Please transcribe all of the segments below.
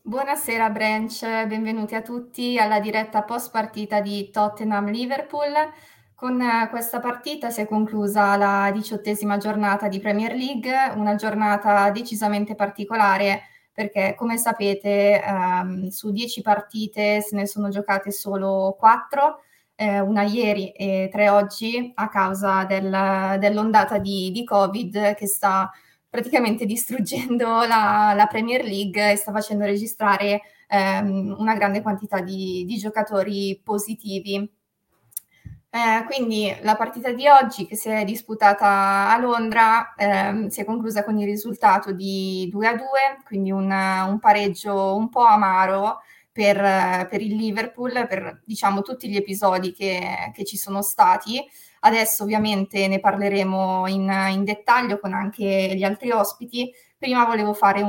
Buonasera Branch, benvenuti a tutti alla diretta post partita di Tottenham-Liverpool. Con questa partita si è conclusa la 18ª giornata di Premier League, una giornata decisamente particolare perché, come sapete, su 10 partite se ne sono giocate solo 4, una ieri e 3 oggi, a causa dell'ondata di Covid che sta praticamente distruggendo la Premier League e sta facendo registrare una grande quantità di giocatori positivi. Quindi la partita di oggi, che si è disputata a Londra, si è conclusa con il risultato di 2-2, quindi un pareggio un po' amaro per il Liverpool, per diciamo tutti gli episodi che ci sono stati. Adesso ovviamente ne parleremo in dettaglio con anche gli altri ospiti. Prima volevo fare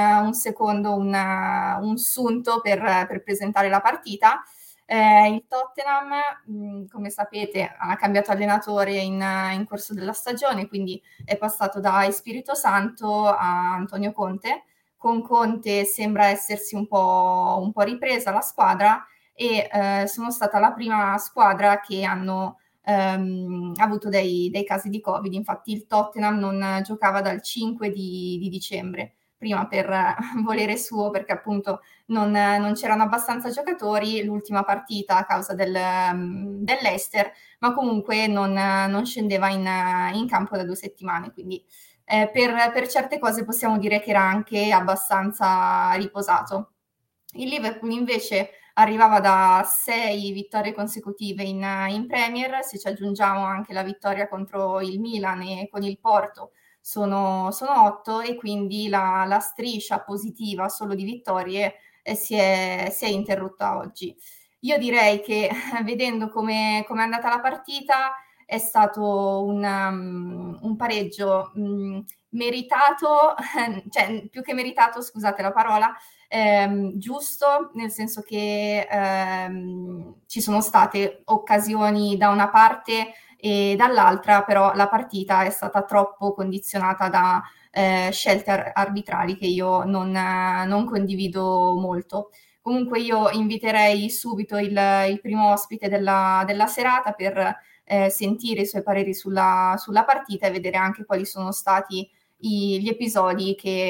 un sunto per presentare la partita. Il Tottenham, come sapete, ha cambiato allenatore in corso della stagione, quindi è passato da Espirito Santo a Antonio Conte. Con Conte sembra essersi un po' ripresa la squadra e sono stata la prima squadra che hanno avuto dei casi di Covid. Infatti il Tottenham non giocava dal 5 di dicembre, prima per volere suo, perché appunto non c'erano abbastanza giocatori, l'ultima partita a causa dell'Ester, ma comunque non scendeva in campo da 2 settimane, quindi per certe cose possiamo dire che era anche abbastanza riposato. Il Liverpool invece arrivava da 6 vittorie consecutive in Premier, se ci aggiungiamo anche la vittoria contro il Milan e con il Porto sono 8, e quindi la striscia positiva solo di vittorie si è interrotta oggi. Io direi che vedendo come è andata la partita è stato un pareggio meritato, cioè più che meritato, scusate la parola, giusto, nel senso che ci sono state occasioni da una parte e dall'altra, però la partita è stata troppo condizionata da scelte arbitrali che io non condivido molto. Comunque io inviterei subito il primo ospite della serata per sentire i suoi pareri sulla partita e vedere anche quali sono stati gli episodi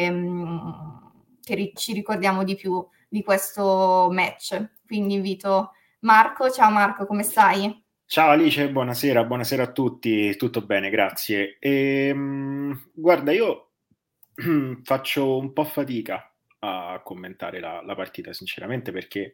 che ci ricordiamo di più di questo match. Quindi invito Marco. Ciao Marco, come stai? Ciao Alice, buonasera a tutti, tutto bene, grazie. Guarda, io faccio un po' fatica a commentare la partita, sinceramente, perché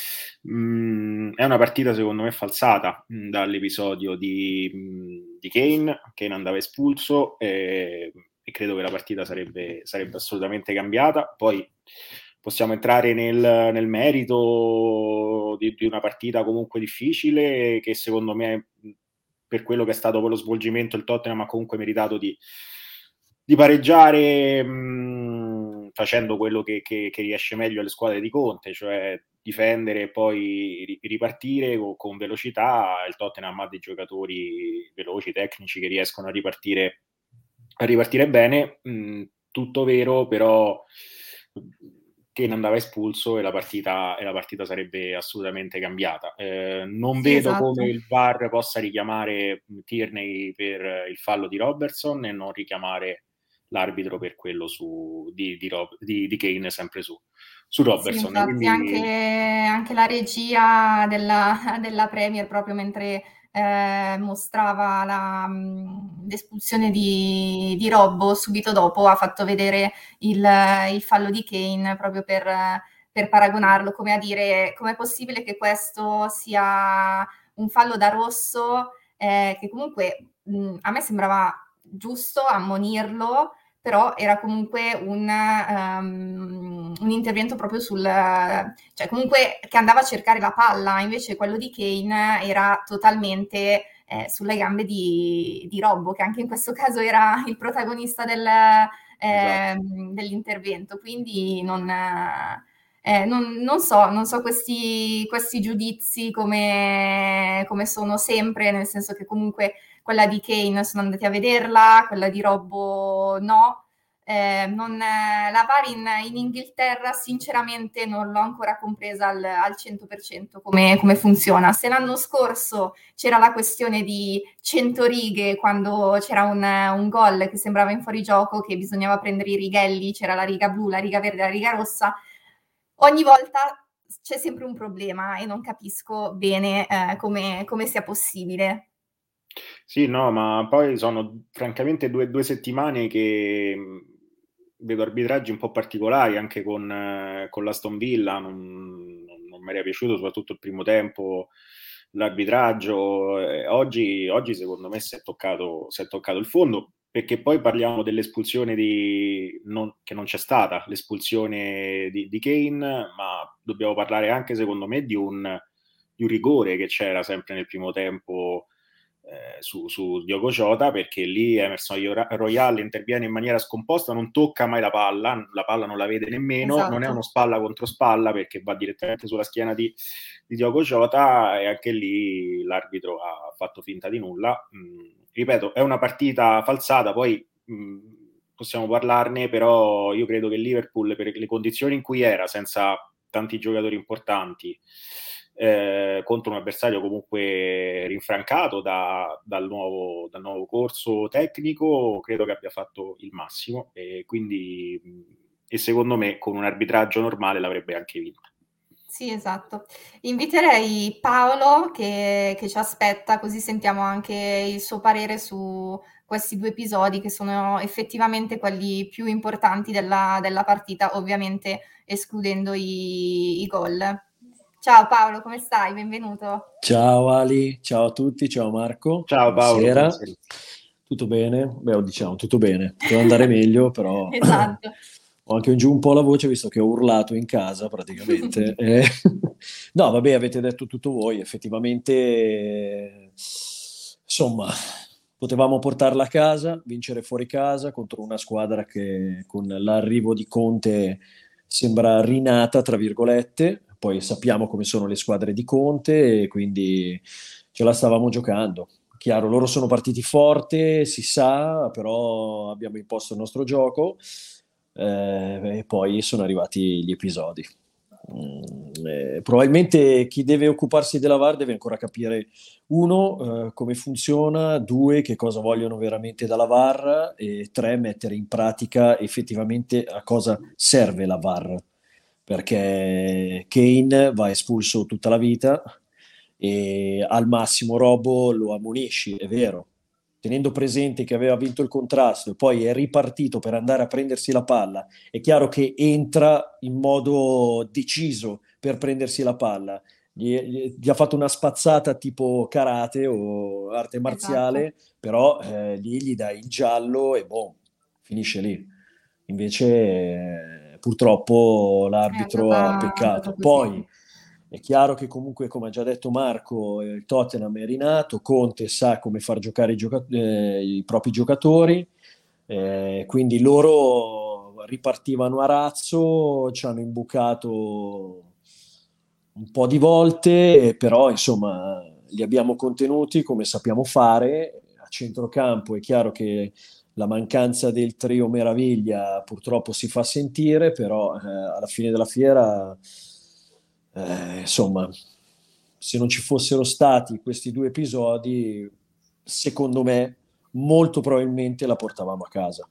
è una partita secondo me falsata dall'episodio di Kane. Kane andava espulso e credo che la partita sarebbe assolutamente cambiata. Poi possiamo entrare nel merito di una partita comunque difficile, che secondo me, per quello che è stato poi lo svolgimento, il Tottenham ha comunque meritato di pareggiare, facendo quello che riesce meglio alle squadre di Conte, cioè difendere e poi ripartire con velocità. Il Tottenham ha dei giocatori veloci, tecnici, che riescono a ripartire bene. Tutto vero, però Kane andava espulso e la partita sarebbe assolutamente cambiata. Non Sì, vedo come esatto. il VAR possa richiamare Tierney per il fallo di Robertson e non richiamare l'arbitro per quello di Kane, sempre su Sì, Robertson. infatti Quindi anche la regia della Premier, proprio mentre mostrava l'espulsione di Robbo, subito dopo ha fatto vedere il fallo di Kane, proprio per paragonarlo, come a dire: com'è possibile che questo sia un fallo da rosso, che comunque a me sembrava giusto ammonirlo, però era comunque un intervento proprio cioè comunque che andava a cercare la palla. Invece quello di Kane era totalmente sulle gambe di Robbo, che anche in questo caso era il protagonista esatto. dell'intervento. Quindi non so questi giudizi come sono sempre, nel senso che comunque quella di Kane sono andati a vederla, quella di Robbo no. la VAR in Inghilterra sinceramente non l'ho ancora compresa al 100% come funziona. Se l'anno scorso c'era la questione di 100 righe quando c'era un gol che sembrava in fuorigioco, che bisognava prendere i righelli, c'era la riga blu, la riga verde, la riga rossa, ogni volta c'è sempre un problema e non capisco bene come sia possibile. Sì, no, ma poi sono francamente due settimane che vedo arbitraggi un po' particolari, anche con l'Aston Villa, non mi era piaciuto, soprattutto il primo tempo, l'arbitraggio. Oggi secondo me si è toccato il fondo, perché poi parliamo dell'espulsione che non c'è stata, l'espulsione di Kane, ma dobbiamo parlare anche, secondo me, di un rigore che c'era sempre nel primo tempo su Diogo Jota, perché lì Emerson Royal interviene in maniera scomposta, non tocca mai la palla non la vede nemmeno, non è Esatto. uno spalla contro spalla perché va direttamente sulla schiena di Diogo Jota, e anche lì l'arbitro ha fatto finta di nulla. Ripeto, è una partita falsata, poi possiamo parlarne, però io credo che il Liverpool, per le condizioni in cui era, senza tanti giocatori importanti, contro un avversario comunque rinfrancato dal nuovo corso tecnico, credo che abbia fatto il massimo, e quindi secondo me con un arbitraggio normale l'avrebbe anche vinta. Sì, esatto. Inviterei Paolo che ci aspetta, così sentiamo anche il suo parere su questi due episodi che sono effettivamente quelli più importanti della partita, ovviamente escludendo i gol. Ciao Paolo, come stai? Benvenuto. Ciao Ali, ciao a tutti, ciao Marco, Ciao Paolo, buonasera. buonasera. Tutto bene? Beh, diciamo tutto bene, poteva andare meglio, però Esatto. ho anche giù un po' la voce visto che ho urlato in casa praticamente. No, vabbè, avete detto tutto voi, effettivamente, insomma, potevamo portarla a casa, vincere fuori casa contro una squadra che con l'arrivo di Conte sembra rinata, tra virgolette. Poi sappiamo come sono le squadre di Conte e quindi ce la stavamo giocando. Chiaro, loro sono partiti forte, si sa, però abbiamo imposto il nostro gioco e poi sono arrivati gli episodi. Probabilmente chi deve occuparsi della VAR deve ancora capire, uno, come funziona, due, che cosa vogliono veramente dalla VAR e tre, mettere in pratica effettivamente a cosa serve la VAR. Perché Kane va espulso tutta la vita e al massimo Robbo lo ammonisci, è vero, tenendo presente che aveva vinto il contrasto e poi è ripartito per andare a prendersi la palla, è chiaro che entra in modo deciso per prendersi la palla. Gli ha fatto una spazzata tipo karate o arte Esatto. marziale, però lì gli dai il giallo e boh, finisce lì. Invece, purtroppo È l'arbitro ha andata peccato. così. Poi è chiaro che comunque, come ha già detto Marco, il Tottenham è rinato, Conte sa come far giocare i propri giocatori, quindi loro ripartivano a razzo, ci hanno imbucato un po' di volte, però insomma li abbiamo contenuti come sappiamo fare. A centrocampo è chiaro che la mancanza del trio meraviglia purtroppo si fa sentire, però alla fine della fiera, insomma, se non ci fossero stati questi due episodi, secondo me, molto probabilmente la portavamo a casa.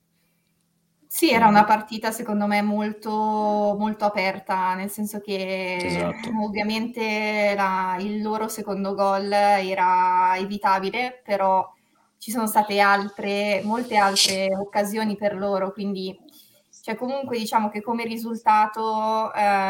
Sì, era una Quindi, partita secondo me molto, molto aperta, nel senso che esatto. ovviamente il loro secondo gol era evitabile, però ci sono state molte altre occasioni per loro, quindi cioè, comunque diciamo che come risultato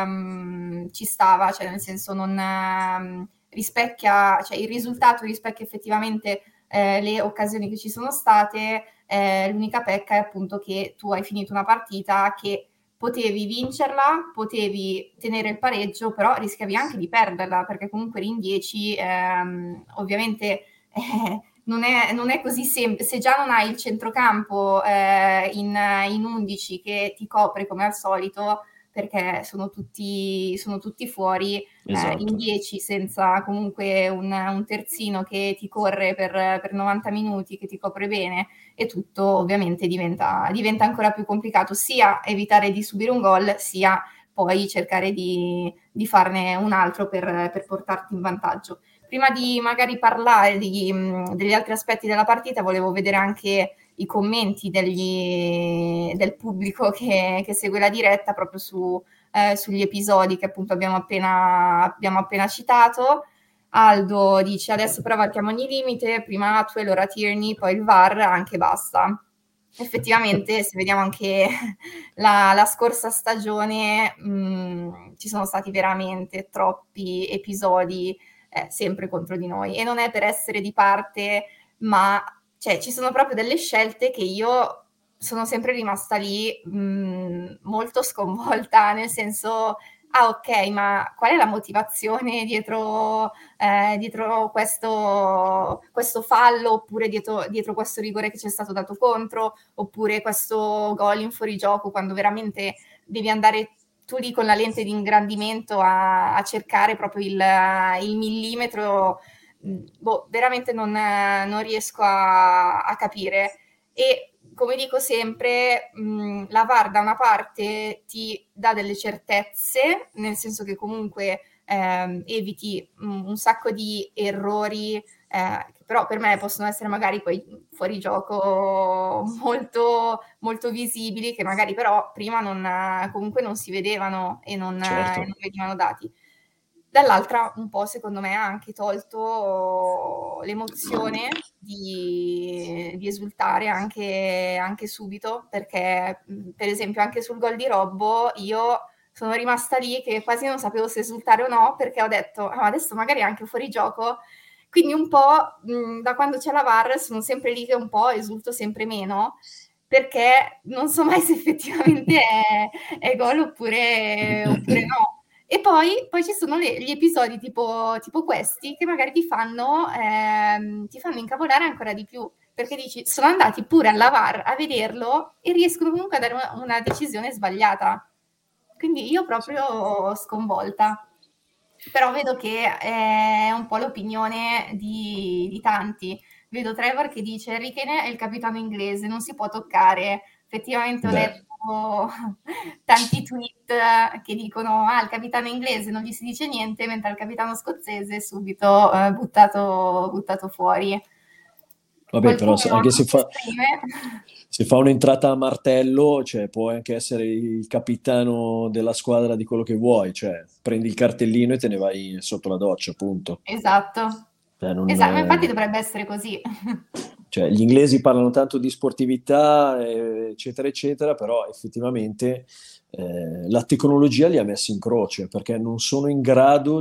ci stava, cioè nel senso non rispecchia, cioè il risultato rispecchia effettivamente le occasioni che ci sono state. L'unica pecca è appunto che tu hai finito una partita che potevi vincerla, potevi tenere il pareggio, però rischiavi anche di perderla perché comunque eri in 10, ovviamente non è così semplice. Se già non hai il centrocampo in 11 che ti copre come al solito, perché sono tutti fuori Esatto. in 10 senza comunque un terzino che ti corre per 90 minuti, che ti copre bene, e tutto ovviamente diventa ancora più complicato, sia evitare di subire un gol, sia poi cercare di farne un altro per portarti in vantaggio. Prima di magari parlare degli altri aspetti della partita, volevo vedere anche i commenti del pubblico che segue la diretta proprio sugli episodi che appunto abbiamo appena citato. Aldo dice: adesso però varchiamo ogni limite, prima Atwell, ora Tierney, poi il VAR, anche basta. Effettivamente, se vediamo anche la scorsa stagione, ci sono stati veramente troppi episodi sempre contro di noi, e non è per essere di parte, ma cioè, ci sono proprio delle scelte che io sono sempre rimasta lì molto sconvolta, nel senso, ah ok, ma qual è la motivazione dietro questo fallo, oppure dietro questo rigore che ci è stato dato contro, oppure questo gol in fuorigioco, quando veramente devi andare tu lì con la lente di ingrandimento a cercare proprio il millimetro. Veramente non riesco a capire. E come dico sempre, la VAR da una parte ti dà delle certezze, nel senso che comunque eviti un sacco di errori, che però per me possono essere magari poi fuori gioco molto, molto visibili, che magari però prima comunque non si vedevano e non Certo. venivano dati. Dall'altra un po' secondo me ha anche tolto l'emozione di esultare anche subito, perché per esempio anche sul gol di Robbo io sono rimasta lì che quasi non sapevo se esultare o no, perché ho detto adesso magari è anche fuori gioco, quindi un po' da quando c'è la VAR sono sempre lì che un po' esulto sempre meno, perché non so mai se effettivamente è gol oppure no. E poi ci sono gli episodi tipo questi che magari ti fanno incavolare ancora di più, perché dici sono andati pure alla VAR a vederlo e riescono comunque a dare una decisione sbagliata. Quindi io proprio sconvolta. Però vedo che è un po' l'opinione di tanti. Vedo Trevor che dice Harry Kane è il capitano inglese, non si può toccare. Effettivamente ho letto tanti tweet che dicono il capitano inglese non gli si dice niente, mentre al capitano scozzese subito buttato fuori. Vabbè, però Qualcuno anche si esprime? se fa un'entrata a martello, cioè, può anche essere il capitano della squadra di quello che vuoi, cioè prendi il cartellino e te ne vai sotto la doccia, punto. Esatto. Cioè, Ma infatti dovrebbe essere così. cioè, gli inglesi parlano tanto di sportività, eccetera, eccetera, però effettivamente la tecnologia li ha messi in croce perché non sono in grado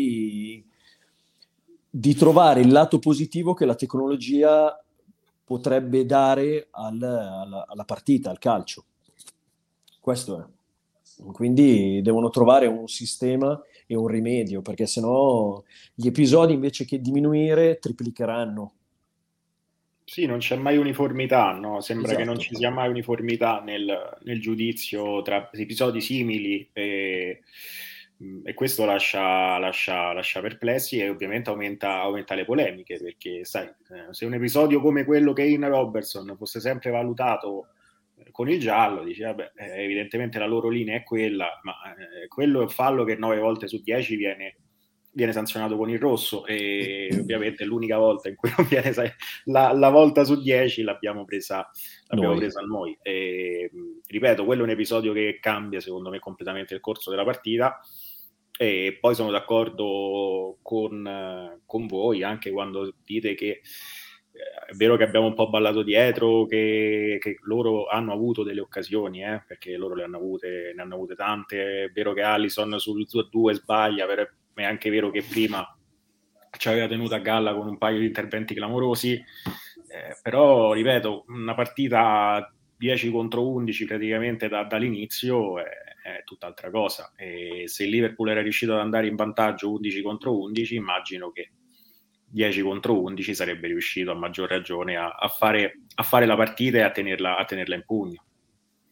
di trovare il lato positivo che la tecnologia potrebbe dare alla partita, al calcio. Questo è. Quindi devono trovare un sistema e un rimedio, perché sennò gli episodi invece che diminuire triplicheranno. Sì, non c'è mai uniformità, no? Sembra che non Esatto. ci sia mai uniformità nel giudizio tra episodi simili e questo lascia perplessi e ovviamente aumenta le polemiche, perché sai, se un episodio come quello che in Robertson fosse sempre valutato con il giallo, dici vabbè, evidentemente la loro linea è quella, ma quello è un fallo che 9 volte su 10 viene sanzionato con il rosso, e ovviamente l'unica volta in cui non viene la volta su 10 l'abbiamo presa noi. E, ripeto, quello è un episodio che cambia secondo me completamente il corso della partita, e poi sono d'accordo con voi anche quando dite che è vero che abbiamo un po' ballato dietro, che loro hanno avuto delle occasioni, perché loro ne hanno avute tante. È vero che Alisson sul 2 sbaglia, però è anche vero che prima ci aveva tenuto a galla con un paio di interventi clamorosi, però ripeto, una partita 10 contro 11 praticamente dall'inizio è tutt'altra cosa, e se il Liverpool era riuscito ad andare in vantaggio 11 contro 11, immagino che 10 contro 11 sarebbe riuscito a maggior ragione a fare la partita e a tenerla in pugno.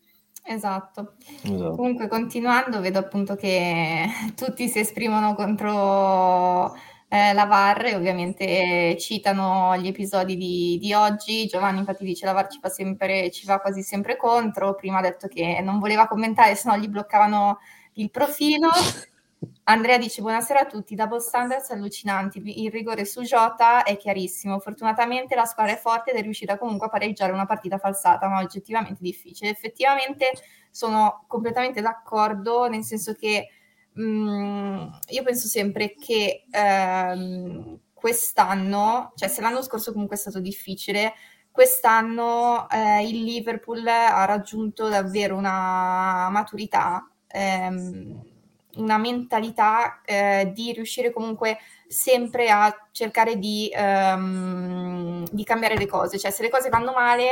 Esatto. Esatto. Comunque, continuando, vedo appunto che tutti si esprimono contro la VAR e ovviamente citano gli episodi di oggi. Giovanni infatti dice la VAR ci va quasi sempre contro. Prima ha detto che non voleva commentare, se no gli bloccavano il profilo. Andrea dice buonasera a tutti, double standards allucinanti, il rigore su Jota è chiarissimo, fortunatamente la squadra è forte ed è riuscita comunque a pareggiare una partita falsata, ma oggettivamente difficile. Effettivamente sono completamente d'accordo, nel senso che io penso sempre che quest'anno, cioè se l'anno scorso comunque è stato difficile, quest'anno il Liverpool ha raggiunto davvero una maturità, una mentalità di riuscire comunque sempre a cercare di cambiare le cose, cioè se le cose vanno male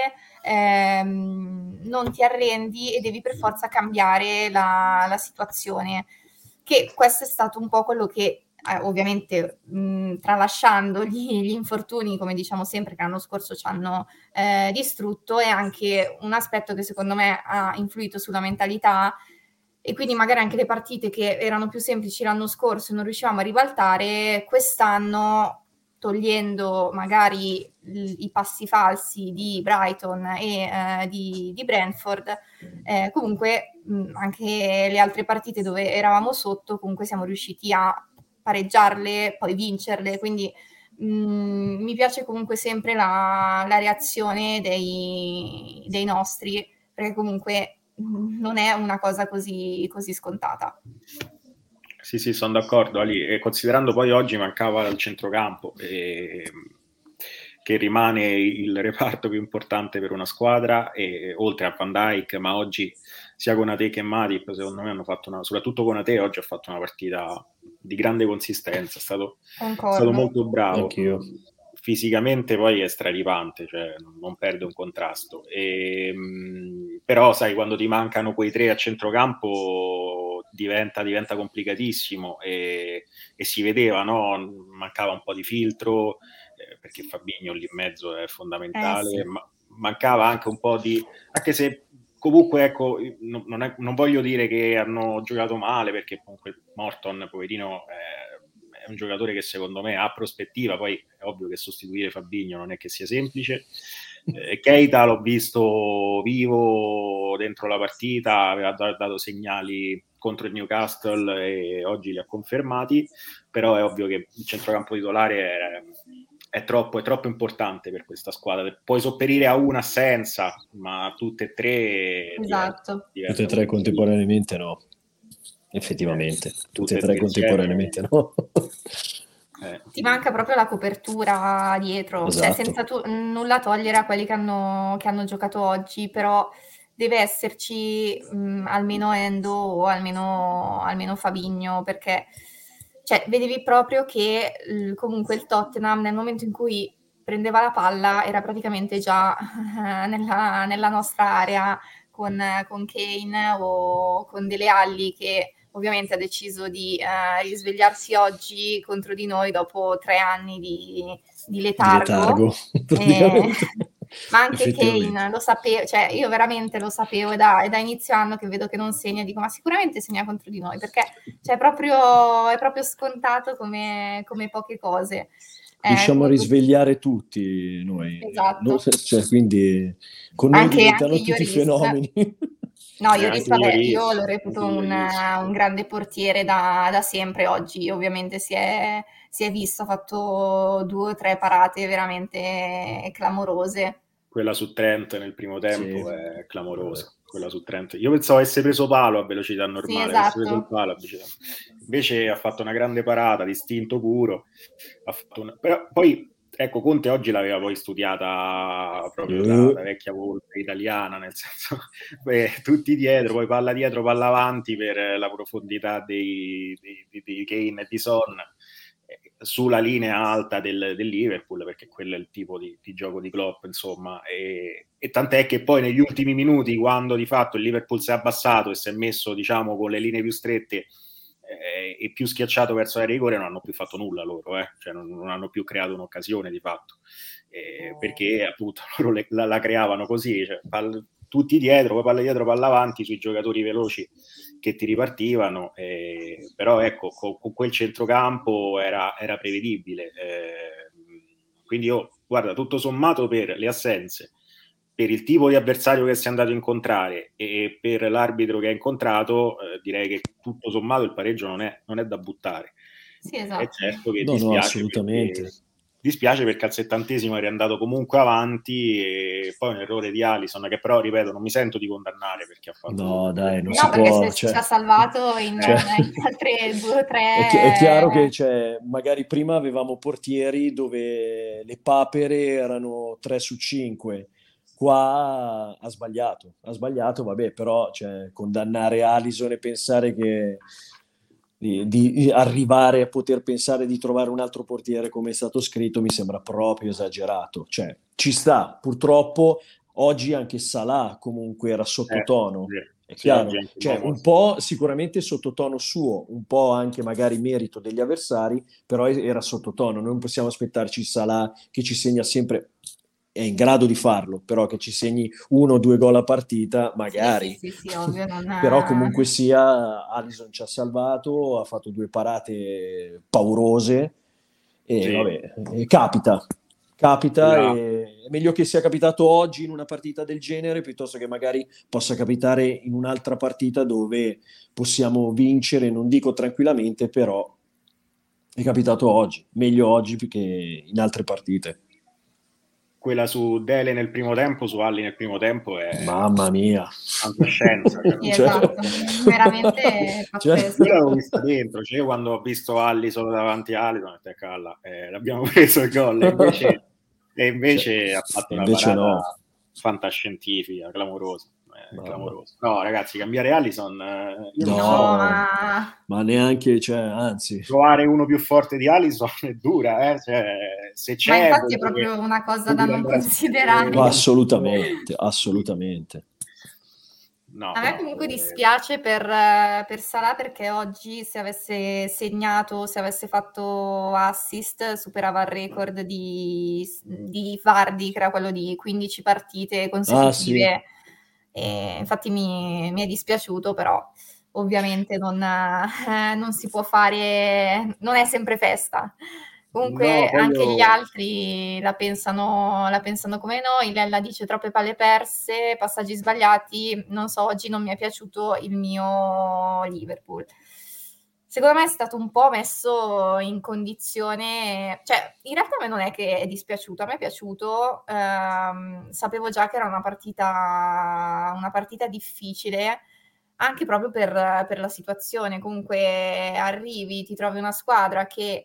non ti arrendi e devi per forza cambiare la situazione, che questo è stato un po' quello che ovviamente tralasciando gli infortuni, come diciamo sempre, che l'anno scorso ci hanno distrutto, è anche un aspetto che secondo me ha influito sulla mentalità, e quindi magari anche le partite che erano più semplici l'anno scorso e non riuscivamo a ribaltare, quest'anno, togliendo magari i passi falsi di Brighton e di Brentford, comunque anche le altre partite dove eravamo sotto comunque siamo riusciti a pareggiarle, poi vincerle, quindi mi piace comunque sempre la reazione dei nostri, perché comunque non è una cosa così scontata. Sì, sì, sono d'accordo, Ali. E considerando poi oggi mancava il centrocampo, che rimane il reparto più importante per una squadra, e, oltre a Van Dijk, ma oggi sia Konate che Matip, secondo me hanno fatto soprattutto Konate oggi ha fatto una partita di grande consistenza, è stato molto bravo. Anch'io. Fisicamente poi è straripante, cioè non perde un contrasto. Però sai, quando ti mancano quei tre a centrocampo diventa complicatissimo, e si vedeva, no? Mancava un po' di filtro, perché Fabinho lì in mezzo è fondamentale, sì. ma mancava anche un po' di... anche se comunque, ecco, non voglio dire che hanno giocato male, perché comunque Morton, poverino, è un giocatore che secondo me ha prospettiva, poi è ovvio che sostituire Fabinho non è che sia semplice. Keita l'ho visto vivo dentro la partita, aveva dato segnali contro il Newcastle e oggi li ha confermati, però è ovvio che il centrocampo titolare è troppo importante per questa squadra. Puoi sopperire a una assenza, ma tutte e tre Esatto. Tutte e tre contemporaneamente no. Effettivamente, tutte e tre contemporaneamente no. Ti manca proprio la copertura dietro, Esatto. cioè senza nulla togliere a quelli che hanno giocato oggi, però deve esserci almeno Endo o almeno Fabinho, perché cioè, vedevi proprio che comunque il Tottenham nel momento in cui prendeva la palla era praticamente già nella nostra area con Kane o con Dele Alli, che ovviamente ha deciso di risvegliarsi oggi contro di noi dopo 3 anni di letargo. Ma anche Kane lo sapevo, cioè io veramente lo sapevo, è da inizio anno che vedo che non segna, dico ma sicuramente segna contro di noi, perché cioè, è proprio scontato come poche cose. Riusciamo a risvegliare tutti noi, esatto. Cioè, quindi con noi diventano tutti fenomeni. No, io lo reputo un grande portiere da sempre. Oggi ovviamente si è visto, ha fatto 2 o 3 parate veramente clamorose. Quella su Trent nel primo tempo è clamorosa. Quella su Trent. Io pensavo avesse preso palo a velocità normale, sì, esatto. avesse preso il palo, invece ha fatto una grande parata, distinto puro. Però poi, ecco, Conte oggi l'aveva poi studiata proprio da vecchia volpe italiana, nel senso, tutti dietro, poi palla dietro, palla avanti, per la profondità di Kane e di Son, sulla linea alta del Liverpool, perché quello è il tipo di gioco di Klopp, insomma, e tant'è che poi negli ultimi minuti, quando di fatto il Liverpool si è abbassato e si è messo, diciamo, con le linee più strette e più schiacciato verso la rigore, non hanno più fatto nulla loro, cioè non hanno più creato un'occasione di fatto, perché appunto loro la creavano così, cioè, tutti dietro, poi palla dietro, palla avanti sui giocatori veloci che ti ripartivano, però ecco, con quel centrocampo era prevedibile. Quindi io, guarda, tutto sommato per le assenze, per il tipo di avversario che si è andato a incontrare e per l'arbitro che ha incontrato, direi che tutto sommato il pareggio non è da buttare. Sì, È esatto. certo che No, assolutamente. Dispiace perché al 70° eri andato comunque avanti e poi un errore di Alisson che però, ripeto, non mi sento di condannare perché ha fatto... No, dai, non No, si perché può. ci ha salvato in cioè, altre 2 o è chiaro 3... che magari prima avevamo portieri dove le papere erano 3 su 5. Qua ha sbagliato, vabbè, però condannare Alisson e pensare che di arrivare a poter pensare di trovare un altro portiere come è stato scritto mi sembra proprio esagerato. Cioè, ci sta, purtroppo oggi anche Salah comunque era sottotono, è sì, oggi chiaro. anche Cioè, l'uomo... un po' sicuramente sottotono suo, un po' anche magari merito degli avversari, però era sottotono. Noi non possiamo aspettarci Salah che ci segna sempre, è in grado di farlo, però che ci segni 1 o 2 gol a partita, magari. Sì, ovvio, non Però comunque sia, Alisson ci ha salvato, ha fatto 2 parate paurose e Sì, vabbè, capita. Capita quella... e è meglio che sia capitato oggi in una partita del genere piuttosto che magari possa capitare in un'altra partita dove possiamo vincere, non dico tranquillamente, però è capitato oggi, meglio oggi più che in altre partite. quella su Dele nel primo tempo, su Alli nel primo tempo è Mamma mia. fantascienza, cioè, Sì, Cioè, esatto, veramente cioè, io pazzesco. l'avevo vista dentro, cioè io quando ho visto Alli solo davanti a Alli, ho detto, calla, l'abbiamo preso il gol, e cioè, invece ha fatto una invece parata no. fantascientifica, clamorosa, Mamma. clamorosa. No, ragazzi, cambiare Alisson, io non No, so, No, ma neanche, anzi. trovare uno più forte di Alisson è dura, cioè, se ma c'è, infatti è proprio una cosa da vuol dire non andare a considerare. sentire... Assolutamente, assolutamente. No, A me no, comunque dispiace per Salah perché oggi se avesse segnato, se avesse fatto assist, superava il record di Vardy, che era quello di 15 partite Ah, sì. consecutive. E infatti mi è dispiaciuto, però ovviamente non si può fare, non è sempre festa. no, Comunque poi anche gli io... altri la pensano come noi, Lella dice troppe palle perse, passaggi sbagliati, non so, oggi non mi è piaciuto il mio Liverpool. Secondo me è stato un po' messo in condizione, cioè in realtà a me non è che è dispiaciuto, a me è piaciuto, sapevo già che era una partita difficile, anche proprio per la situazione. Comunque arrivi, ti trovi una squadra che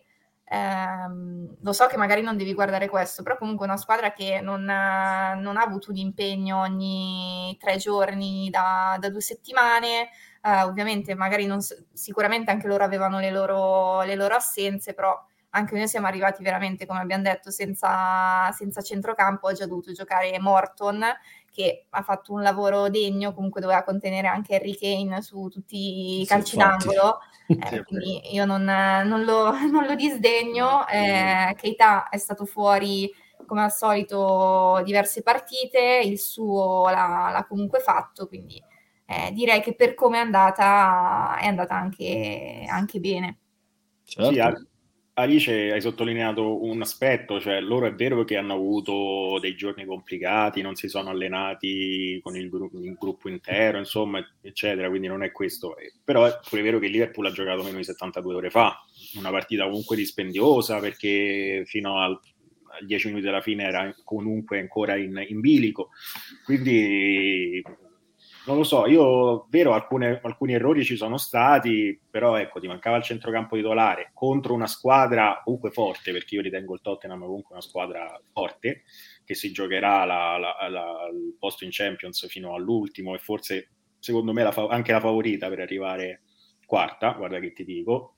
lo so che magari non devi guardare questo, però comunque una squadra che non ha avuto un impegno ogni 3 giorni da 2 settimane. Ovviamente magari sicuramente anche loro avevano le loro assenze, però anche noi siamo arrivati veramente, come abbiamo detto, senza centrocampo. Oggi ha dovuto giocare Morton, che ha fatto un lavoro degno, comunque doveva contenere anche Harry Kane su tutti i Sì, calci infatti. d'angolo. Sì, Quindi io non lo disdegno. Keita è stato fuori come al solito diverse partite, il suo l'ha comunque fatto, quindi direi che per come è andata anche bene. sì, Certo. Alice, hai sottolineato un aspetto, cioè loro è vero che hanno avuto dei giorni complicati, non si sono allenati con il gruppo intero, insomma, eccetera, quindi non è questo. Però è pure vero che il Liverpool ha giocato meno di 72 ore fa, una partita comunque dispendiosa perché fino a 10 minuti dalla fine era comunque ancora in bilico, quindi non lo so, io vero alcuni errori ci sono stati, però ecco, ti mancava il centrocampo titolare contro una squadra comunque forte, perché io ritengo il Tottenham comunque una squadra forte, che si giocherà il posto in Champions fino all'ultimo e forse secondo me anche la favorita per arrivare quarta, guarda che ti dico,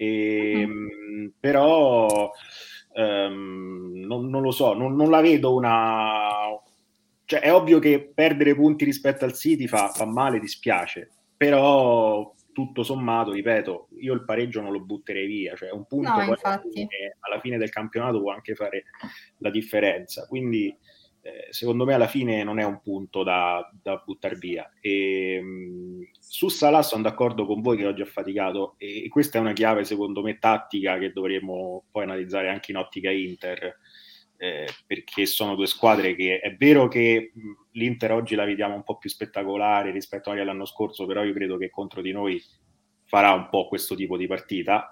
però non lo so, non la vedo cioè, è ovvio che perdere punti rispetto al City fa male, dispiace, però tutto sommato, ripeto, io il pareggio non lo butterei via, cioè un punto No, poi infatti. alla fine del campionato può anche fare la differenza, quindi secondo me alla fine non è un punto da buttare via. Su Salah sono d'accordo con voi che oggi ha faticato, e questa è una chiave secondo me tattica che dovremo poi analizzare anche in ottica Inter, perché sono due squadre che è vero che l'Inter oggi la vediamo un po' più spettacolare rispetto anche all'anno scorso, però io credo che contro di noi farà un po' questo tipo di partita,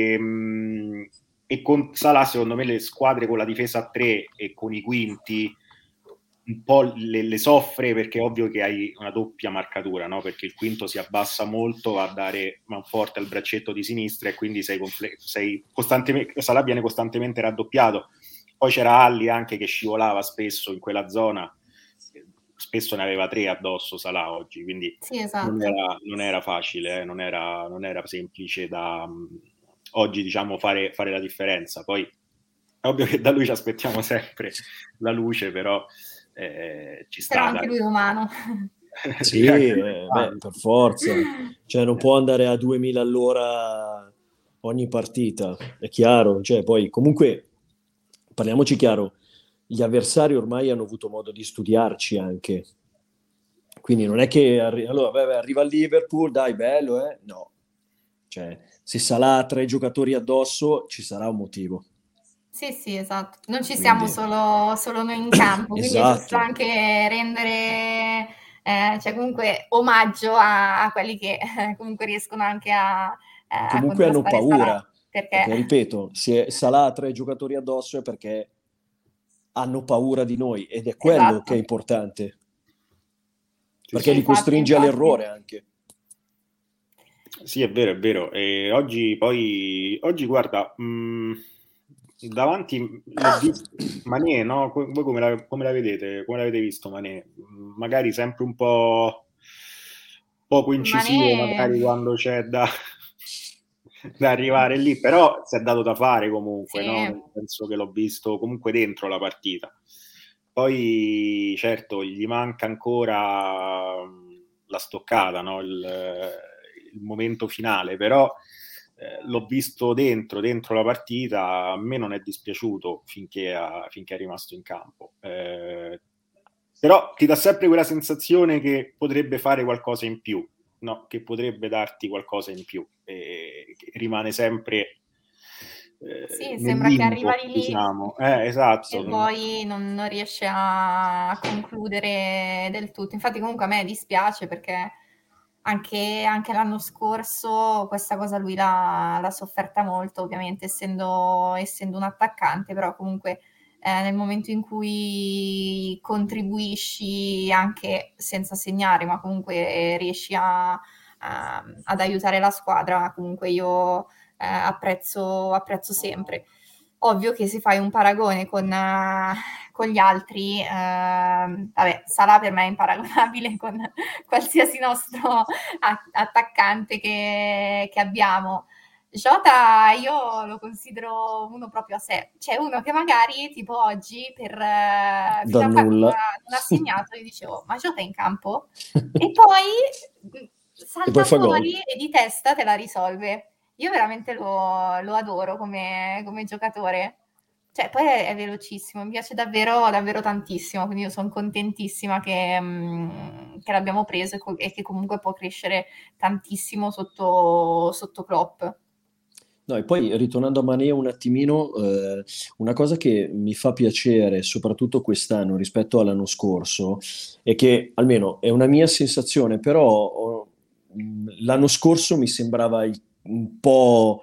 e con Salah secondo me le squadre con la difesa a 3 e con i quinti un po' le soffre, perché è ovvio che hai una doppia marcatura, no? Perché il quinto si abbassa molto, va a dare manforte al braccetto di sinistra, e quindi sei costantemente, Salah viene costantemente raddoppiato. Poi c'era Alli anche che scivolava spesso in quella zona, spesso ne aveva 3 addosso Salah oggi, quindi sì, esatto. non era facile, non era semplice da oggi, diciamo, fare la differenza. Poi è ovvio che da lui ci aspettiamo sempre la luce, però ci sta. Però anche lui è umano. Sì, per forza. Cioè, non può andare a 2000 all'ora ogni partita, è chiaro. Cioè, poi, comunque, parliamoci chiaro, gli avversari ormai hanno avuto modo di studiarci anche. Quindi non è che allora, arriva il Liverpool, dai, bello, eh? No. Cioè, se Salah ha 3 giocatori addosso, ci sarà un motivo. Sì, sì, esatto. Non ci siamo Quindi, solo noi in campo, quindi è giusto esatto. anche rendere, cioè comunque omaggio a quelli che comunque riescono anche a Comunque hanno contrastare Salah, paura, perché perché ripeto, se Salah ha 3 giocatori addosso è perché hanno paura di noi, ed è quello che è esatto. importante, Sì, perché sì. li costringe Infatti. all'errore anche. Sì, è vero, è vero. E oggi guarda, davanti l'ho visto Mané, no? Voi come la vedete? Come l'avete visto Mané? Magari sempre un po' poco incisivo, Mané, magari quando c'è da arrivare lì, però si è dato da fare comunque, no? sì, Nel senso che l'ho visto comunque dentro la partita. Poi, certo, gli manca ancora la stoccata, no? Il momento finale, però l'ho visto dentro la partita, a me non è dispiaciuto finché è rimasto in campo. Però ti dà sempre quella sensazione che potrebbe fare qualcosa in più, no? Che potrebbe darti qualcosa in più, che rimane sempre sì, nel sembra che limbo, arrivi lì diciamo. Esatto. e poi non riesce a concludere del tutto. Infatti comunque a me dispiace perché anche l'anno scorso questa cosa lui l'ha sofferta molto, ovviamente essendo un attaccante, però comunque nel momento in cui contribuisci anche senza segnare, ma comunque riesci ad aiutare la squadra, comunque io apprezzo sempre. Ovvio che se fai un paragone con gli altri, vabbè, Salah per me è imparagonabile con qualsiasi nostro attaccante che abbiamo. Jota io lo considero uno proprio a sé, cioè uno che magari tipo oggi Da fino a quando nulla. non ha segnato io dicevo ma Jota è in campo? E poi E poi salta fa gol. fuori e di testa te la risolve. Io veramente lo adoro come giocatore. Cioè, poi è velocissimo, mi piace davvero, davvero tantissimo, quindi io sono contentissima che l'abbiamo preso e che comunque può crescere tantissimo sotto Klopp. No, e poi ritornando a Mané un attimino, una cosa che mi fa piacere, soprattutto quest'anno rispetto all'anno scorso, è che almeno è una mia sensazione, però l'anno scorso mi sembrava un po'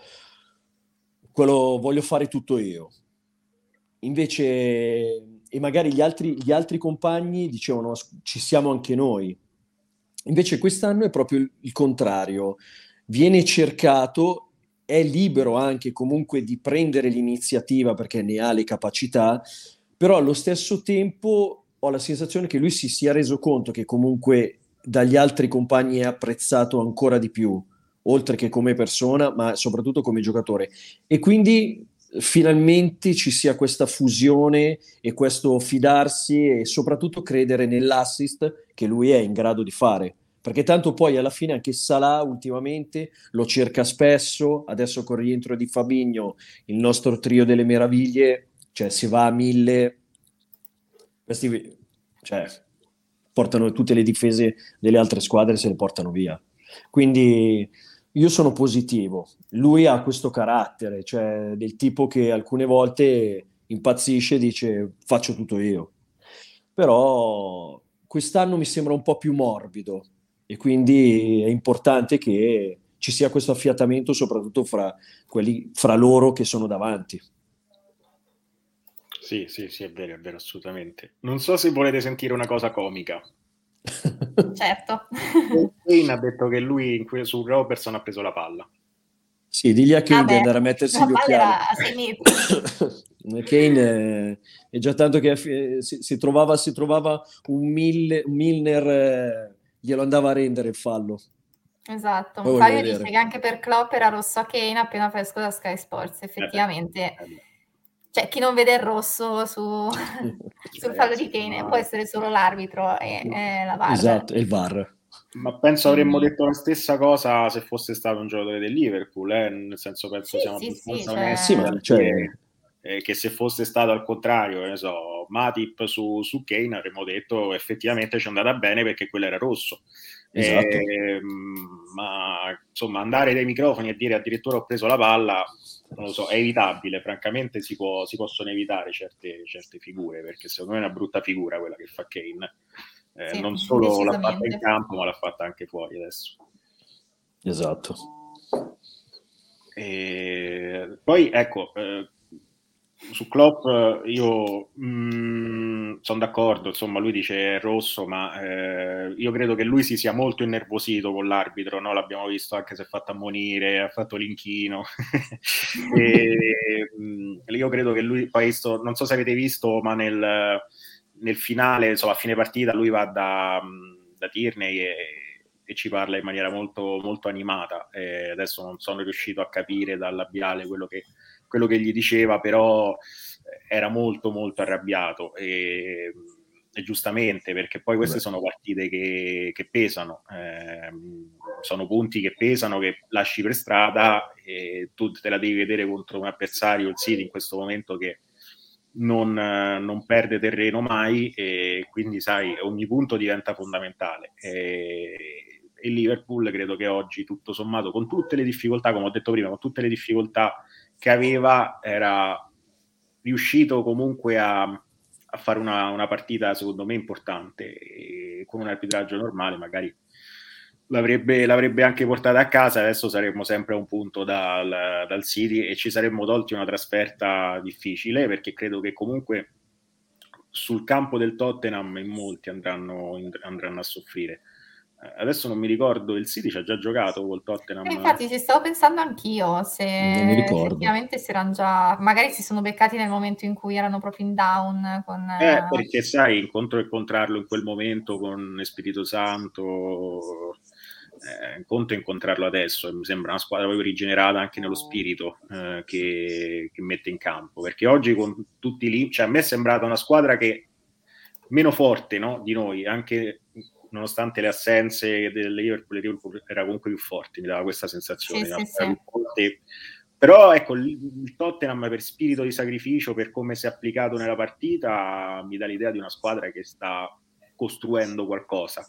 quello voglio fare tutto io. Invece, e magari gli altri compagni dicevano ci siamo anche noi. Invece quest'anno è proprio il contrario, viene cercato, è libero anche comunque di prendere l'iniziativa perché ne ha le capacità, però allo stesso tempo ho la sensazione che lui si sia reso conto che comunque dagli altri compagni è apprezzato ancora di più, oltre che come persona, ma soprattutto come giocatore. E quindi finalmente ci sia questa fusione e questo fidarsi e soprattutto credere nell'assist che lui è in grado di fare. Perché tanto poi alla fine anche Salah ultimamente lo cerca spesso, adesso con il rientro di Fabinho, il nostro trio delle meraviglie, cioè si va a 1000, Questi, cioè, portano tutte le difese delle altre squadre, se le portano via. Quindi io sono positivo. Lui ha questo carattere, cioè del tipo che alcune volte impazzisce e dice faccio tutto io. Però quest'anno mi sembra un po' più morbido e quindi è importante che ci sia questo affiatamento soprattutto fra loro che sono davanti. Sì, sì, sì, è vero, assolutamente. Non so se volete sentire una cosa comica. Certo. Kane ha detto che lui su Robertson ha preso la palla. Sì, digli a Kane di Vabbè, andare a mettersi la gli palla occhiali. era a 6 metri. Kane è già tanto che si trovava un Milner, glielo andava a rendere il fallo. Esatto. Poi voglio Fabio dice vedere. che anche per Klopp era rosso a Kane appena fresco da Sky Sports. Effettivamente, cioè chi non vede il rosso sul fallo di Kane può essere solo l'arbitro e la VAR. Esatto, e il VAR. Ma penso avremmo detto la stessa cosa se fosse stato un giocatore del Liverpool, nel senso penso siamo abbastanza onesti che se fosse stato al contrario, ne so, Matip su Kane avremmo detto effettivamente ci è andata bene perché quello era rosso. Esatto. Ma insomma andare dai microfoni e dire addirittura ho preso la palla, non lo so, è evitabile, francamente si possono evitare certe figure, perché secondo me è una brutta figura quella che fa Kane. Sì, non solo l'ha fatta decisamente. in campo, ma l'ha fatta anche fuori adesso. Esatto. E poi ecco, su Klopp io sono d'accordo, insomma lui dice è rosso, ma io credo che lui si sia molto innervosito con l'arbitro, no? L'abbiamo visto anche se è fatto ammonire, ha fatto l'inchino. Io credo che lui poi non so se avete visto, ma nel finale, insomma a fine partita lui va da Tierney e ci parla in maniera molto, molto animata. Adesso non sono riuscito a capire dal labiale quello che gli diceva, però era molto molto arrabbiato e giustamente, perché poi queste sono partite che pesano, sono punti che pesano, che lasci per strada e tu te la devi vedere contro un avversario, il City in questo momento, che non perde terreno mai e quindi sai ogni punto diventa fondamentale e il Liverpool credo che oggi tutto sommato, con tutte le difficoltà, come ho detto prima, con tutte le difficoltà che aveva, era riuscito comunque a fare una partita secondo me importante e con un arbitraggio normale magari l'avrebbe anche portata a casa. Adesso saremmo sempre a un punto dal City e ci saremmo tolti una trasferta difficile, perché credo che comunque sul campo del Tottenham in molti andranno a soffrire. Adesso non mi ricordo, il City ci ha già giocato col Tottenham. Infatti ci stavo pensando anch'io, se Non mi ricordo. effettivamente si erano già, magari si sono beccati nel momento in cui erano proprio in down con... Perché sai, incontrarlo in quel momento con Spirito Santo, un conto è incontrarlo adesso, mi sembra una squadra proprio rigenerata anche nello spirito che mette in campo, perché oggi con tutti lì, cioè a me è sembrata una squadra che meno forte, no, di noi, anche nonostante le assenze del Liverpool, era comunque più forte, mi dava questa sensazione. Sì. Però ecco, il Tottenham per spirito di sacrificio, per come si è applicato nella partita, mi dà l'idea di una squadra che sta costruendo qualcosa.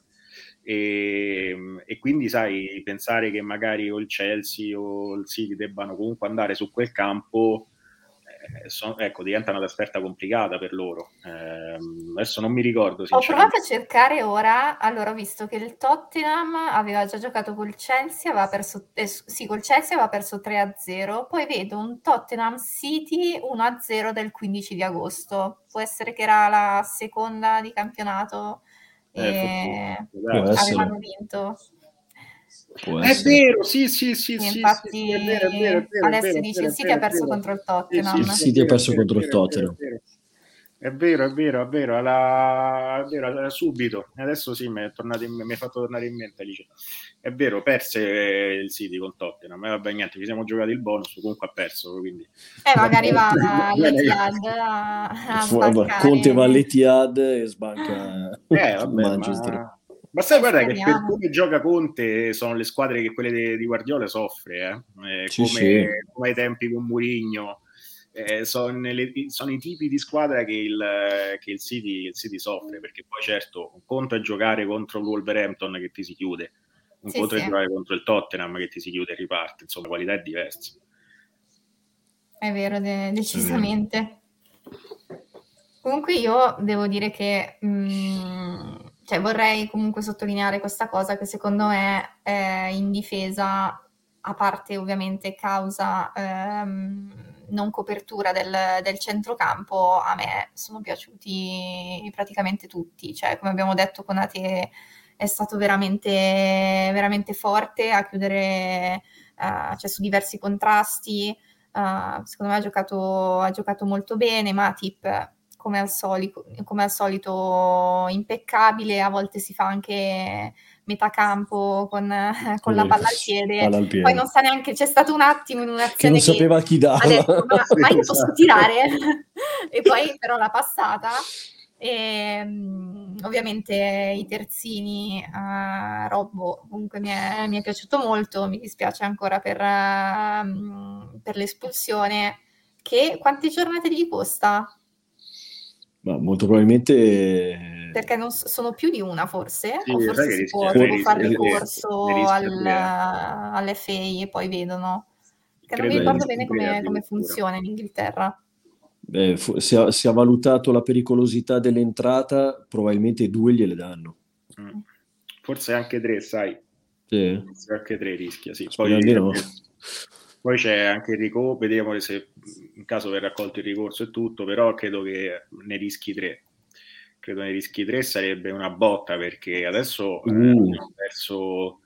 E quindi sai, pensare che magari o il Chelsea o il City debbano comunque andare su quel campo, ecco, diventa una trasferta complicata per loro. Adesso non mi ricordo Ho provato sinceramente. a cercare ora, allora ho visto che il Tottenham aveva già giocato col Chelsea, aveva perso, col Chelsea aveva perso 3-0, poi vedo un Tottenham City 1-0 del 15 di agosto, può essere che era la seconda di campionato e avevano vinto. È vero, sì, Infatti è vero. adesso dice il City ha perso contro il Tottenham. Il City ha perso contro il Tottenham. È vero, era subito. Adesso sì, mi è fatto tornare in mente, Alice. È vero, perse il City con Tottenham. Vabbè, niente, ci siamo giocati il bonus, comunque ha perso, quindi... magari va all'Etihad a sbancare. Conte va all'Etihad e sbanca Manchester. Ma sai, guarda che per come gioca Conte sono le squadre che quelle di Guardiola soffre, come ai tempi con Mourinho. sono i tipi di squadra che il City soffre, perché poi certo un conto è giocare contro il Wolverhampton che ti si chiude, un conto è giocare contro il Tottenham che ti si chiude e riparte, insomma la qualità è diversa. È vero, decisamente. Comunque io devo dire che cioè vorrei comunque sottolineare questa cosa che secondo me in difesa, a parte ovviamente causa non copertura del centrocampo, a me sono piaciuti praticamente tutti. Cioè, come abbiamo detto, Konate è stato veramente, veramente forte a chiudere cioè, su diversi contrasti. Secondo me ha giocato molto bene. Matip come al solito impeccabile, a volte si fa anche metà campo con la palla al piede, poi non sa neanche, c'è stato un attimo in un'azione che non sapeva chi darla, ha detto ma io posso tirare? E poi però l'ha passata. E ovviamente i terzini, Robbo comunque mi è piaciuto molto, mi dispiace ancora per l'espulsione, che quante giornate gli costa? Ma molto probabilmente Perché non sono più di una forse, sì, o forse si può tipo fare ricorso all'FA e poi vedono, perché non mi ricordo bene come funziona in Inghilterra. Se ha valutato la pericolosità dell'entrata, probabilmente 2 gliele danno. Forse anche 3, sai? Sì. Forse anche 3 rischia, sì. Poi c'è anche il ricorso, vediamo se in caso verrà accolto il ricorso e tutto, però credo che ne rischi 3. Credo ne rischi 3, sarebbe una botta, perché adesso abbiamo perso,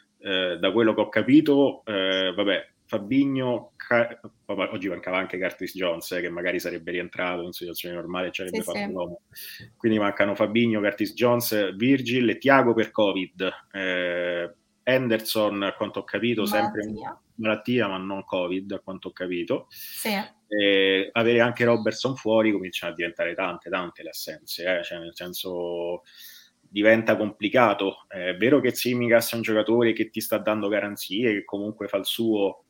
da quello che ho capito, vabbè, Fabinho, oggi mancava anche Curtis Jones, che magari sarebbe rientrato in situazione normale e ci avrebbe fatto l'uomo. Quindi mancano Fabinho, Curtis Jones, Virgil e Thiago per Covid. Henderson, a quanto ho capito, sempre malattia, ma non Covid, a quanto ho capito. Sì. Avere anche Robertson fuori cominciano a diventare tante le assenze, cioè nel senso diventa complicato. È vero che Tsimikas è un giocatore che ti sta dando garanzie, che comunque fa il suo,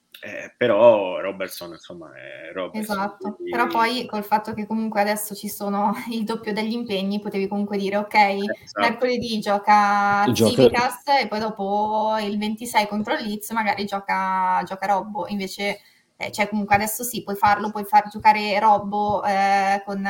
però Robertson insomma è Robertson. Esatto, però poi col fatto che comunque adesso ci sono il doppio degli impegni, potevi comunque dire ok, mercoledì gioca Tsimikas e poi dopo il 26 contro il Leeds magari gioca Robbo, invece cioè comunque adesso sì, puoi far giocare Robbo con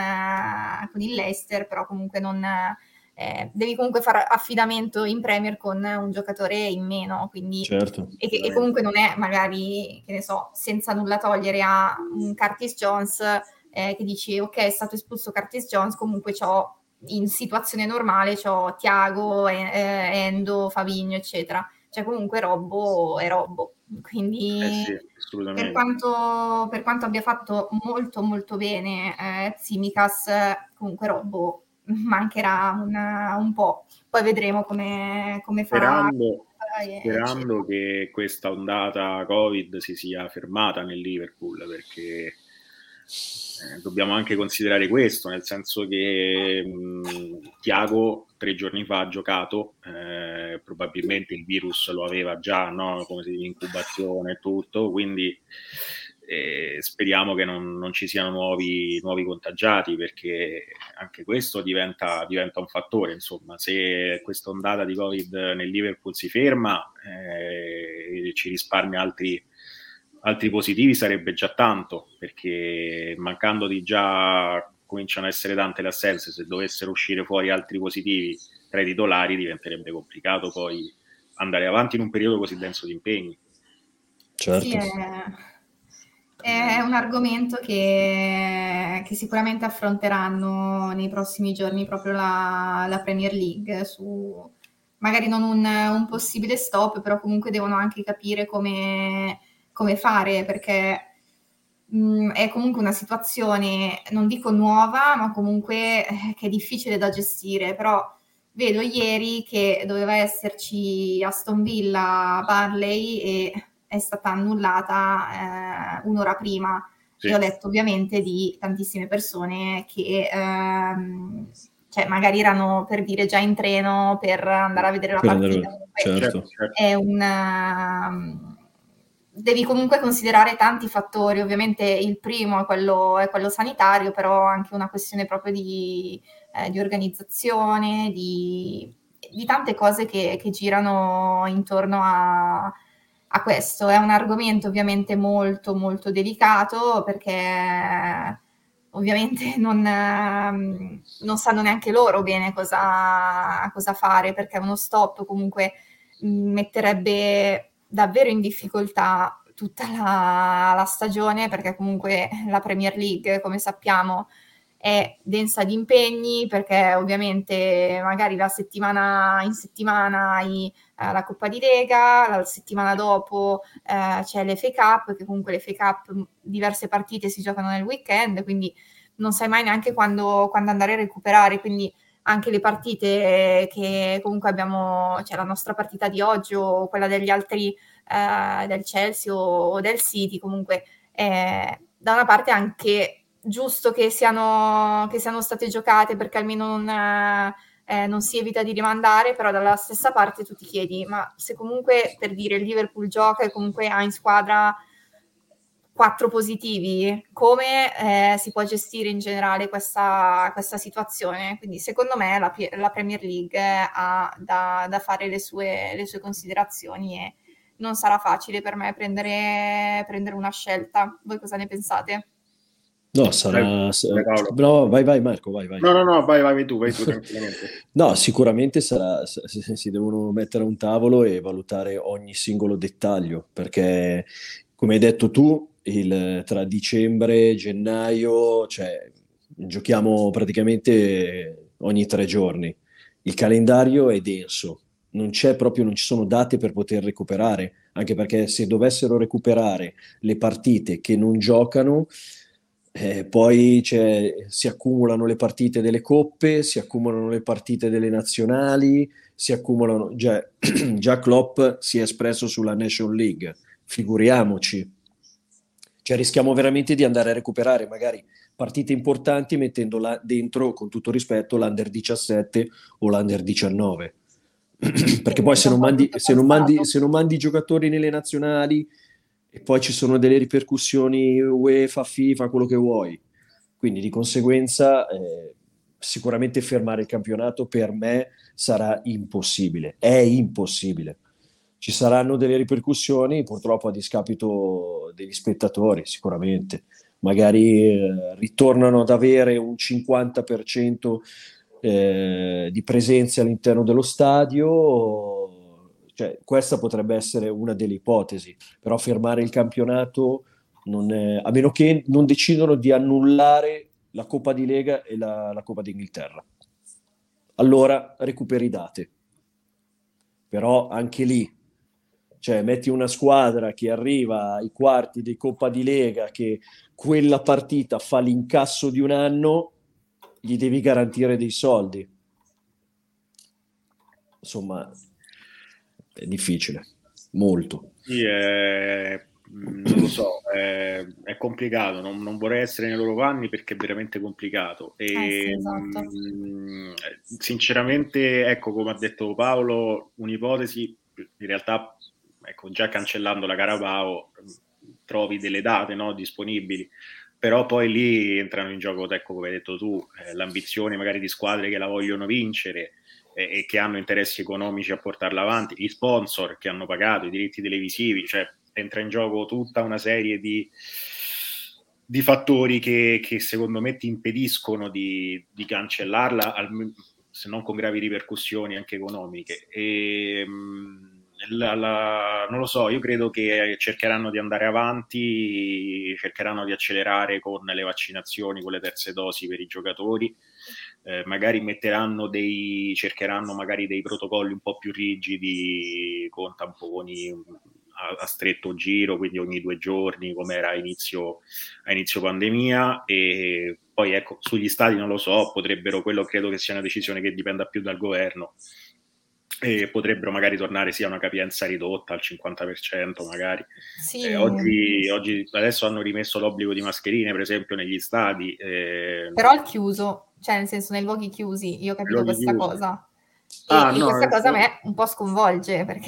il Leicester, però comunque non devi comunque fare affidamento in Premier con un giocatore in meno, quindi certo. E comunque non è magari, che ne so, senza nulla togliere a un Curtis Jones che dici ok, è stato espulso Curtis Jones, comunque in situazione normale c'ho Thiago, Endo, Fabinho, eccetera. Cioè comunque Robbo è Robbo. Quindi per quanto abbia fatto molto molto bene Tsimikas, comunque Robbo mancherà un po'. Poi vedremo come farà. Sperando che questa ondata Covid si sia fermata nel Liverpool, perché dobbiamo anche considerare questo, nel senso che Thiago 3 giorni fa ha giocato, probabilmente il virus lo aveva già, no? Come si dice, incubazione e tutto, quindi speriamo che non ci siano nuovi contagiati, perché anche questo diventa un fattore, insomma. Se questa ondata di Covid nel Liverpool si ferma, ci risparmia altri positivi, sarebbe già tanto, perché mancando di già cominciano a essere tante le assenze. Se dovessero uscire fuori altri positivi tra i titolari diventerebbe complicato poi andare avanti in un periodo così denso di impegni. Certo. Sì, è un argomento che sicuramente affronteranno nei prossimi giorni proprio la Premier League, su magari non un possibile stop, però comunque devono anche capire come fare, perché è comunque una situazione, non dico nuova, ma comunque che è difficile da gestire. Però vedo ieri che doveva esserci Aston Villa Burnley e è stata annullata un'ora prima. Sì. E ho letto ovviamente di tantissime persone che cioè magari erano, per dire, già in treno per andare a vedere la partita. Certo. È devi comunque considerare tanti fattori, ovviamente il primo è quello sanitario, però anche una questione proprio di organizzazione, di tante cose che girano intorno a questo. È un argomento ovviamente molto molto delicato perché ovviamente non sanno neanche loro bene cosa fare, perché uno stop comunque metterebbe davvero in difficoltà tutta la stagione, perché comunque la Premier League, come sappiamo, è densa di impegni, perché ovviamente magari la settimana in settimana hai la Coppa di Lega, la settimana dopo c'è l'FA Cup, che comunque l'FA Cup diverse partite si giocano nel weekend, quindi non sai mai neanche quando andare a recuperare, quindi anche le partite che comunque abbiamo, cioè la nostra partita di oggi o quella degli altri del Chelsea o del City, comunque da una parte anche giusto che siano state giocate, perché almeno non si evita di rimandare, però dalla stessa parte tu ti chiedi, ma se comunque, per dire, il Liverpool gioca e comunque ha in squadra 4 positivi, come si può gestire in generale questa situazione? Quindi secondo me la Premier League ha da fare le sue considerazioni e non sarà facile per me prendere una scelta. Voi cosa ne pensate? No, Vai, sarà... vai, Paolo. No, vai Marco, vai. No, vai tu tranquillamente. No, sicuramente si devono mettere a un tavolo e valutare ogni singolo dettaglio, perché come hai detto tu, tra dicembre e gennaio, cioè, giochiamo praticamente ogni 3 giorni. Il calendario è denso, non ci sono date per poter recuperare, anche perché se dovessero recuperare le partite che non giocano, poi si accumulano le partite delle coppe, si accumulano le partite delle nazionali, si accumulano. Già Klopp si è espresso sulla Nation League, figuriamoci. Cioè rischiamo veramente di andare a recuperare magari partite importanti mettendola dentro, con tutto rispetto, l'Under 17 o l'Under 19. Perché poi È un po' tutto passato. se non mandi i giocatori nelle nazionali e poi ci sono delle ripercussioni UEFA, FIFA, quello che vuoi. Quindi di conseguenza sicuramente fermare il campionato per me sarà impossibile, è impossibile. Ci saranno delle ripercussioni purtroppo a discapito degli spettatori, sicuramente. Magari ritornano ad avere un 50% di presenze all'interno dello stadio, cioè, questa potrebbe essere una delle ipotesi, però fermare il campionato, a meno che non decidono di annullare la Coppa di Lega e la Coppa d'Inghilterra. Allora recuperi date. Però anche lì, cioè metti una squadra che arriva ai quarti di Coppa di Lega, che quella partita fa l'incasso di un anno, gli devi garantire dei soldi. Insomma, è difficile, molto. Sì, non lo so, è complicato, non vorrei essere nei loro panni perché è veramente complicato. Sì, esatto. Sinceramente, ecco, come ha detto Paolo, un'ipotesi, in realtà, ecco, già cancellando la Carabao, trovi delle date, no, disponibili, però poi lì entrano in gioco, ecco, come hai detto tu, l'ambizione magari di squadre che la vogliono vincere e che hanno interessi economici a portarla avanti, gli sponsor che hanno pagato i diritti televisivi, cioè entra in gioco tutta una serie di fattori che secondo me ti impediscono di cancellarla, se non con gravi ripercussioni anche economiche. Non lo so, io credo che cercheranno di andare avanti, cercheranno di accelerare con le vaccinazioni, con le terze dosi per i giocatori, magari cercheranno magari dei protocolli un po' più rigidi con tamponi a stretto giro, quindi ogni 2 giorni come era a inizio pandemia, e poi ecco, sugli stadi non lo so, quello credo che sia una decisione che dipenda più dal governo, e potrebbero magari tornare sia a una capienza ridotta al 50% magari. Sì. Oggi adesso hanno rimesso l'obbligo di mascherine per esempio negli stadi, però al chiuso, cioè nel senso nei luoghi chiusi, io ho capito questa cosa. E No, questa cosa a me un po' sconvolge, perché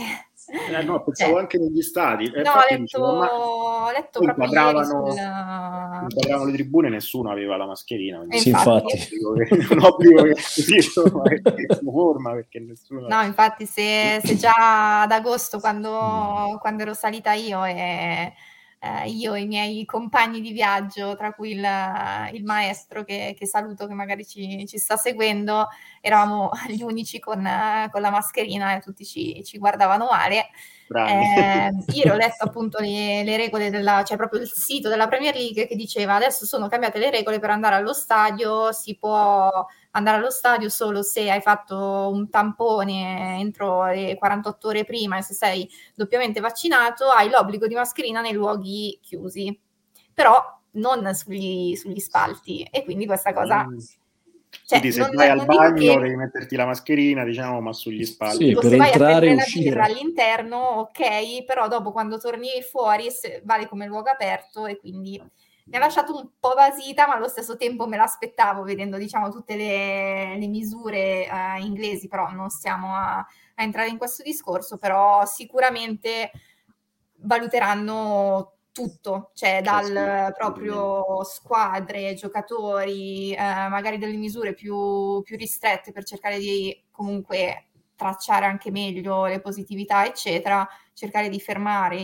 No, pensavo Cioè, anche negli stadi. no, Infatti dicevo, ma ho letto proprio ieri sul... inquadravano le tribune, nessuno aveva la mascherina. Sì, Infatti. infatti. Un obbligo che così, insomma, che si forma, perché nessuno... No, infatti se già ad agosto quando ero salita io e io e i miei compagni di viaggio, tra cui il maestro che saluto, che magari ci sta seguendo, eravamo gli unici con la mascherina e tutti ci guardavano male. Ieri ho letto appunto le regole cioè proprio il sito della Premier League che diceva adesso sono cambiate le regole per andare allo stadio, si può andare allo stadio solo se hai fatto un tampone entro le 48 ore prima e se sei doppiamente vaccinato, hai l'obbligo di mascherina nei luoghi chiusi, però non sugli spalti, e quindi questa cosa... Cioè, Quindi se vai al non dico bagno che... devi metterti la mascherina, diciamo, ma sugli spalti. Sì, Tipo, per se vai a entrare e prendere la uscire. birra all'interno, ok, però dopo quando torni fuori vale come luogo aperto, e quindi mi ha lasciato un po' basita, ma allo stesso tempo me l'aspettavo vedendo, diciamo, tutte le misure inglesi, però non stiamo a entrare in questo discorso, però sicuramente valuteranno tutto, cioè dal proprio squadre, giocatori, magari delle misure più ristrette per cercare di comunque tracciare anche meglio le positività, eccetera, cercare di fermare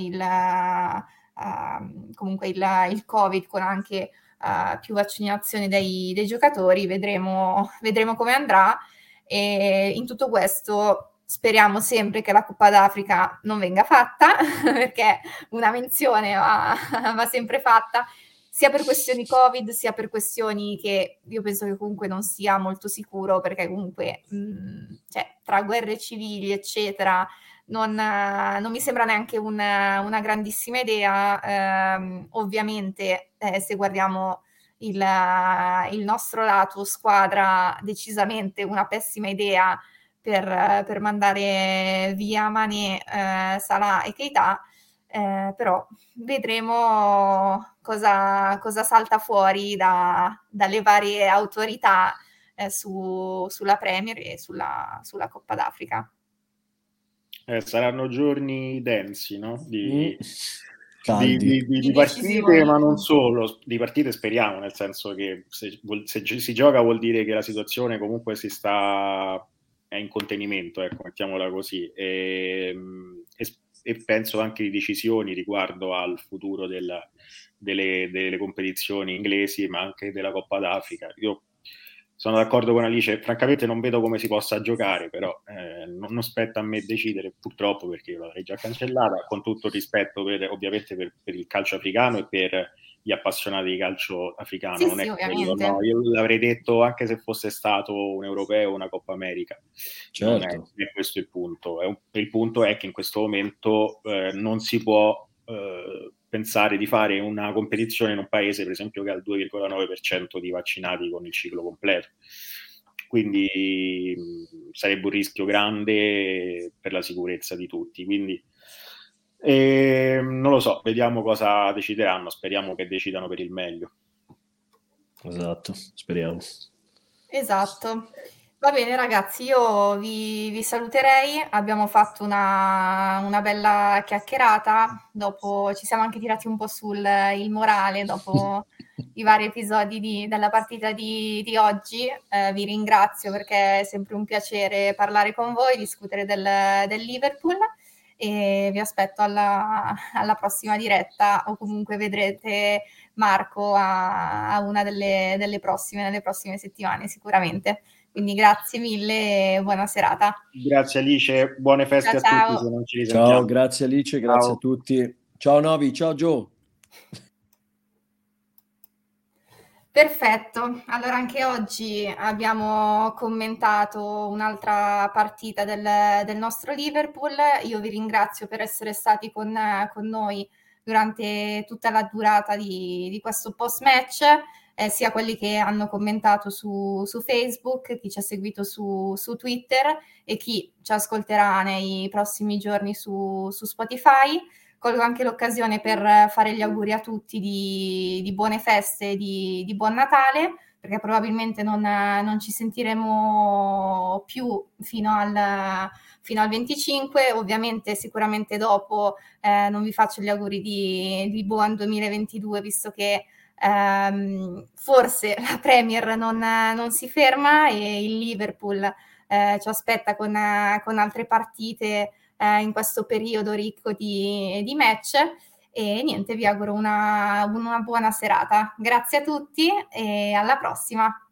comunque il Covid con anche più vaccinazioni dei giocatori, vedremo come andrà. E in tutto questo speriamo sempre che la Coppa d'Africa non venga fatta, perché una menzione va sempre fatta, sia per questioni Covid, sia per questioni che io penso che comunque non sia molto sicuro, perché comunque cioè, tra guerre civili, eccetera, non mi sembra neanche una grandissima idea. Ovviamente, se guardiamo il nostro lato squadra, decisamente una pessima idea per mandare via Mané, Salah e Keita, però vedremo cosa salta fuori dalle varie autorità sulla Premier e sulla Coppa d'Africa. Saranno giorni densi, no? Caldi. Di partite, ma non solo, di partite speriamo, nel senso che se si gioca vuol dire che la situazione comunque è in contenimento, ecco, mettiamola così, e penso anche di decisioni riguardo al futuro delle competizioni inglesi, ma anche della Coppa d'Africa. Io sono d'accordo con Alice, francamente non vedo come si possa giocare, però non spetta a me decidere, purtroppo, perché io l'avrei già cancellata, con tutto il rispetto ovviamente per il calcio africano e per gli appassionati di calcio africano. Sì, non sì, è quello, ovviamente. no? Io l'avrei detto anche se fosse stato un europeo o una Coppa America. Certo. Non è questo il punto. Il punto è che in questo momento non si può pensare di fare una competizione in un paese, per esempio, che ha il 2,9% di vaccinati con il ciclo completo. Quindi sarebbe un rischio grande per la sicurezza di tutti. Quindi non lo so, vediamo cosa decideranno. Speriamo che decidano per il meglio. Esatto, speriamo. Esatto. Va bene ragazzi, io vi saluterei, abbiamo fatto una bella chiacchierata, dopo ci siamo anche tirati un po' sul il morale dopo i vari episodi della partita di oggi. Vi ringrazio perché è sempre un piacere parlare con voi, discutere del Liverpool, e vi aspetto alla prossima diretta, o comunque vedrete Marco a una nelle prossime settimane sicuramente. Quindi grazie mille e buona serata. Grazie Alice, buone feste Ciao, a tutti se non ci risentiamo. Ciao, grazie Alice, grazie a tutti. Ciao Novi, ciao Joe. Perfetto, allora anche oggi abbiamo commentato un'altra partita del nostro Liverpool. Io vi ringrazio per essere stati con noi durante tutta la durata di questo post-match, sia quelli che hanno commentato su Facebook, chi ci ha seguito su Twitter e chi ci ascolterà nei prossimi giorni su Spotify. Colgo anche l'occasione per fare gli auguri a tutti di buone feste, di buon Natale, perché probabilmente non ci sentiremo più fino fino al 25, ovviamente sicuramente dopo non vi faccio gli auguri di buon 2022, visto che forse la Premier non si ferma e il Liverpool ci aspetta con altre partite in questo periodo ricco di match. E niente, vi auguro una buona serata. Grazie a tutti e alla prossima.